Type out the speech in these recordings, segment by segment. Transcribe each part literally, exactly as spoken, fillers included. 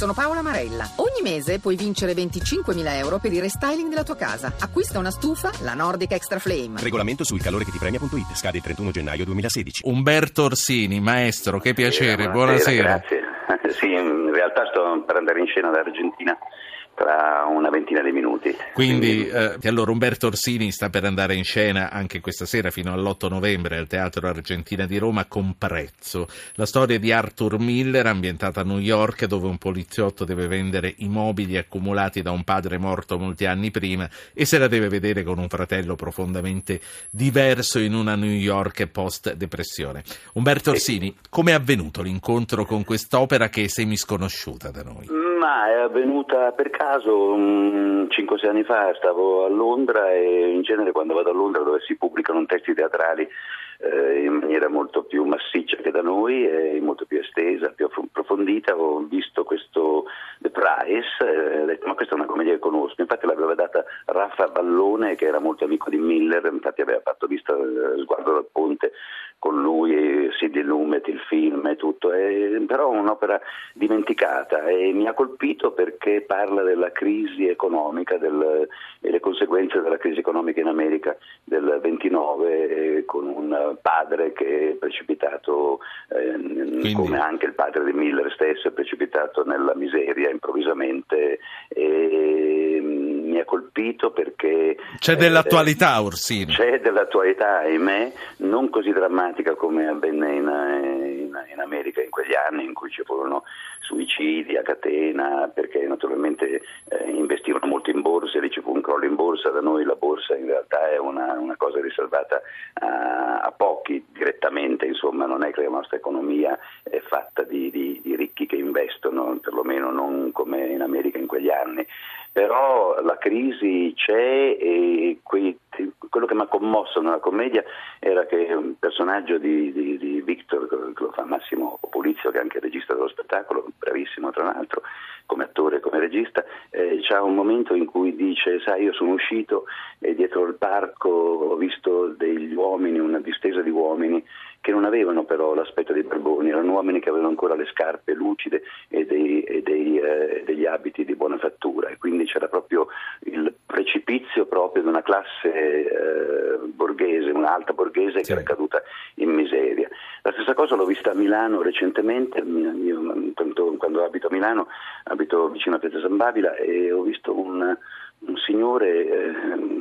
Sono Paola Marella. Ogni mese puoi vincere venticinquemila euro per il restyling della tua casa. Acquista una stufa, la Nordic Extra Flame. Regolamento sul calore che ti premia punto it. Scade il trentuno gennaio duemilasedici. Umberto Orsini, maestro, che piacere, Buonasera, buonasera. Grazie. Sì, in realtà sto per andare in scena dall'Argentina tra una ventina di minuti. Quindi, eh, allora Umberto Orsini sta per andare in scena anche questa sera fino all'otto novembre al Teatro Argentina di Roma con Prezzo. La storia di Arthur Miller ambientata a New York, dove un poliziotto deve vendere i mobili accumulati da un padre morto molti anni prima e se la deve vedere con un fratello profondamente diverso in una New York post-depressione. Umberto Orsini, come è avvenuto l'incontro con quest'opera che è semisconosciuta da noi? Ma è avvenuta per caso, cinque o sei anni fa stavo a Londra e in genere quando vado a Londra, dove si pubblicano testi teatrali eh, in maniera molto più massiccia che da noi, e molto più estesa, più approfondita, ho visto questo The Price e ho detto ma questa è una commedia che conosco. Infatti l'aveva data Raffa Ballone, che era molto amico di Miller, infatti aveva fatto vista eh, Sguardo dal ponte con lui, Sidney Lumet, il film e tutto, è però un'opera dimenticata e mi ha colpito perché parla della crisi economica del, e le conseguenze della crisi economica in America del ventinove, eh, con un padre che è precipitato, eh, Quindi... come anche il padre di Miller stesso, è precipitato nella miseria improvvisamente, e mi ha colpito perché... C'è dell'attualità, eh, Orsini. C'è dell'attualità, ahimè, non così drammatica come avvenne in, in, in America in quegli anni in cui ci furono suicidi a catena, perché naturalmente eh, investivano molto in borsa e lì ci fu un crollo in borsa. Da noi la borsa in realtà è una, una cosa riservata a, a pochi direttamente, insomma non è che la nostra economia è fatta di, di, di ricchi che investono, perlomeno non come in America in quegli anni. Però la crisi c'è e quei, quello che mi ha commosso nella commedia era che un personaggio di, di, di Victor, che lo fa Massimo Pulizio, che è anche regista dello spettacolo, bravissimo tra l'altro come attore e come regista, eh, c'ha un momento in cui dice: sai, io sono uscito e dietro il parco ho visto degli uomini, una distesa di uomini che non avevano però l'aspetto dei barboni, erano uomini che avevano ancora le scarpe lucide e, dei, e dei, eh, degli abiti di buona fattura, e quindi c'era proprio il precipizio proprio di una classe eh, borghese, un'alta borghese, sì, che era caduta in miseria. La stessa cosa l'ho vista a Milano recentemente. Io quando, quando abito a Milano abito vicino a Piazza San Babila e ho visto un, un signore eh,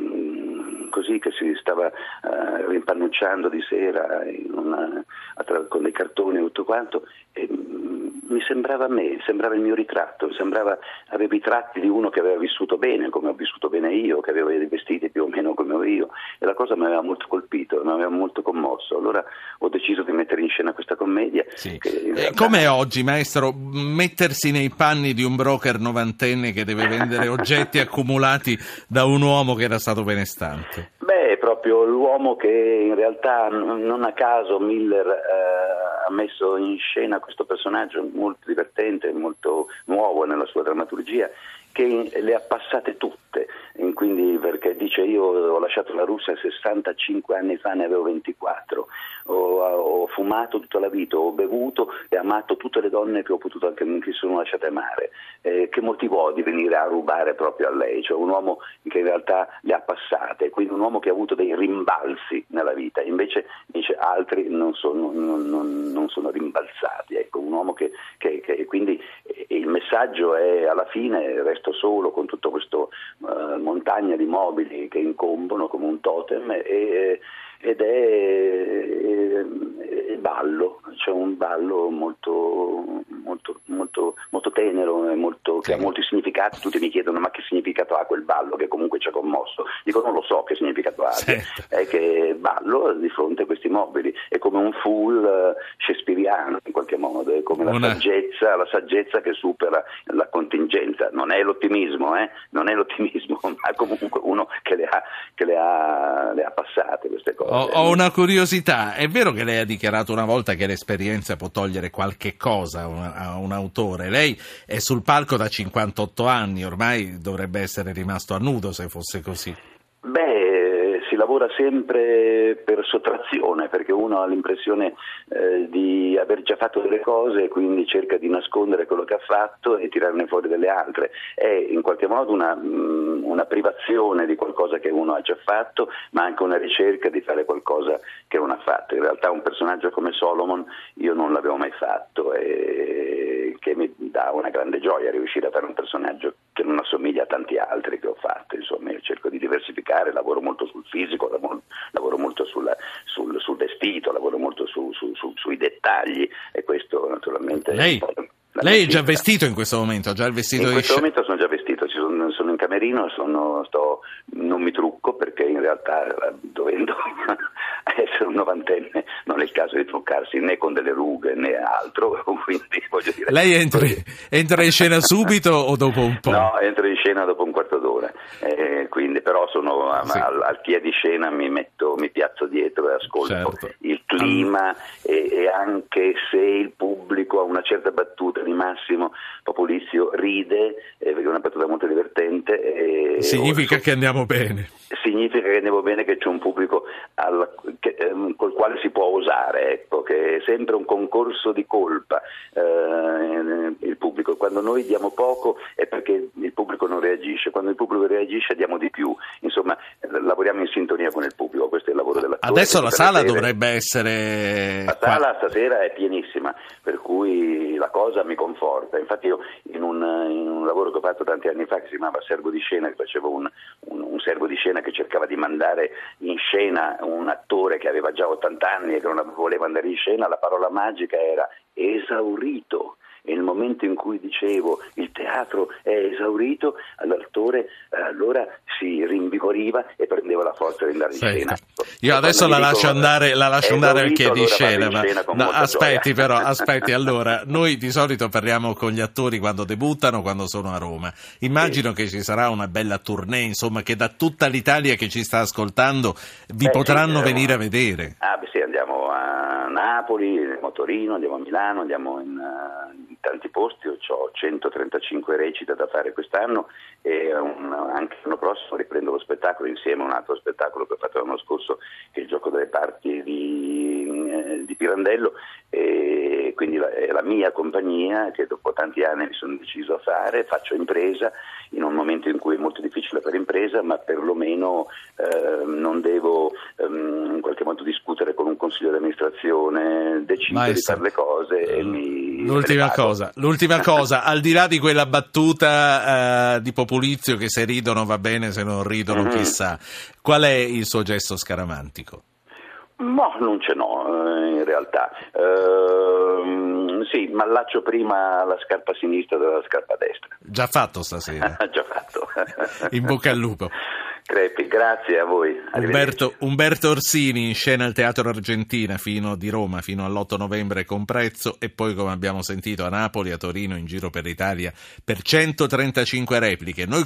così che si stava uh, rimpannucciando di sera in una, attra- con dei cartoni e tutto quanto, e um, mi sembrava a me, sembrava il mio ritratto, sembrava, avevo i tratti di uno che aveva vissuto bene, come ho vissuto bene io, che aveva dei vestiti più o meno come ho io, e la cosa mi aveva molto colpito, mi aveva molto commosso. Allora ho deciso di mettere in scena questa commedia. Sì. Che realtà... eh, com'è oggi, maestro, mettersi nei panni di un broker novantenne che deve vendere oggetti accumulati da un uomo che era stato benestante? Beh, è proprio l'uomo che in realtà non a caso Miller eh, ha messo in scena questo personaggio molto divertente, molto nuovo nella sua drammaturgia, che le ha passate tutte, e quindi perché dice: io ho lasciato la Russia sessantacinque anni fa, ne avevo ventiquattro, ho, ho fumato tutta la vita, ho bevuto e amato tutte le donne che ho potuto, anche che sono lasciate amare. Eh, che motivo ho di venire a rubare proprio a lei? Cioè un uomo che in realtà le ha passate, quindi un uomo che ha avuto dei rimbalzi nella vita, invece dice altri non sono, non, non, non sono rimbalzati. Ecco, un uomo che, che, che quindi eh, il messaggio è: alla fine resto solo con tutto questo uh, montagna di mobili che incombono come un totem, e, ed è il ballo, c'è un ballo molto molto molto molto tenero e molto, che ha molti significati. Tutti mi chiedono: ma che significato ha quel ballo che comunque ci ha commosso? Dico: non lo so che significato ha, certo. È che ballo di fronte a questi mobili, è come un fool uh, shakespeariano in qualche modo, è come la Una... saggezza, la saggezza che supera la contingenza. Non è l'ottimismo, eh? non è l'ottimismo, ma comunque uno che le ha, che le ha, le ha passate queste cose. Ho, ho una curiosità, è vero che lei ha dichiarato una volta che l'esperienza può togliere qualche cosa a un, a un autore? Lei è sul palco da cinquantotto anni, ormai dovrebbe essere rimasto a nudo se fosse così. Beh, si lavora lavora sempre per sottrazione, perché uno ha l'impressione eh, di aver già fatto delle cose e quindi cerca di nascondere quello che ha fatto e tirarne fuori delle altre. È in qualche modo una, una privazione di qualcosa che uno ha già fatto, ma anche una ricerca di fare qualcosa che non ha fatto. In realtà un personaggio come Solomon io non l'avevo mai fatto e che mi dà una grande gioia riuscire a fare un personaggio che non assomiglia a tanti altri che ho fatto. Insomma, io cerco di diversificare, lavoro molto sul fisico, lavoro, lavoro molto sulla, sul, sul vestito, lavoro molto su, su, su, sui dettagli, e questo naturalmente... Lei, lei è già vestito in questo momento? Già il vestito in questo di... momento sono già vestito, sono, sono in camerino, sono, sto, non mi trucco perché in realtà dovendo essere un novantenne non è il caso di truccarsi né con delle rughe né altro, quindi voglio dire... Lei entra, entra in scena subito o dopo un po'? No, entro in scena dopo un quarto d'ora, eh, quindi però sono a, sì. al, al piede di scena, mi metto, mi piazzo dietro e ascolto certo. il clima e, e anche se il pubblico a una certa battuta di Massimo Populizio ride, eh, perché è una battuta molto divertente. E, significa o, che andiamo bene. Significa che andiamo bene, che c'è un pubblico al, che, ehm, col quale si può osare, ecco, che è sempre un concorso di colpa eh, il pubblico. Quando noi diamo poco è perché il pubblico non reagisce, quando il pubblico reagisce diamo di più, insomma lavoriamo in sintonia con il pubblico, questo è il lavoro dell'attore. Adesso la sala dovrebbe essere... La sala stasera è pienissima, per cui la cosa mi conforta. Infatti io in un, in un lavoro che ho fatto tanti anni fa che si chiamava Servo di Scena, che facevo un, un, un servo di scena che cercava di mandare in scena un attore che aveva già ottanta anni e che non voleva andare in scena, la parola magica era esaurito. E nel momento in cui dicevo il teatro è esaurito, l'attore eh, allora si rinvigoriva e prendeva la forza di andare in sì. scena. Io e adesso la lascio dico, andare, la lascio andare al piede di scena, ma no, aspetti gioia. però, aspetti. Allora, noi di solito parliamo con gli attori quando debuttano, quando sono a Roma. Immagino sì. che ci sarà una bella tournée, insomma, che da tutta l'Italia che ci sta ascoltando vi eh, potranno sì, venire a vedere. Ah, beh, sì, andiamo a Napoli, andiamo a Torino, andiamo a Milano, andiamo in, uh, in tanti posti. Io ho centotrentacinque recite da fare quest'anno e un, anche l'anno prossimo riprendo lo spettacolo insieme a un altro spettacolo che ho fatto l'anno scorso, che è il Gioco delle parti di, eh, di Pirandello, e quindi la, è la mia compagnia che dopo tanti anni mi sono deciso a fare. Faccio impresa in un momento in cui è molto difficile fare impresa, ma perlomeno eh, non devo ehm, in qualche modo discutere con un consiglio di amministrazione, decido di fare le cose e mi l'ultima cosa, l'ultima cosa al di là di quella battuta uh, di Populizio che se ridono va bene, se non ridono mm-hmm. chissà, qual è il suo gesto scaramantico? No, non ce n'ho in realtà. Uh, sì, ma allaccio prima la scarpa sinistra dalla scarpa destra. Già fatto stasera. Già fatto. In bocca al lupo. Crepi, grazie a voi. Umberto, Umberto Orsini in scena al Teatro Argentina fino di Roma fino all'otto novembre con prezzo, e poi, come abbiamo sentito, a Napoli, a Torino, in giro per l'Italia per centotrentacinque repliche. Noi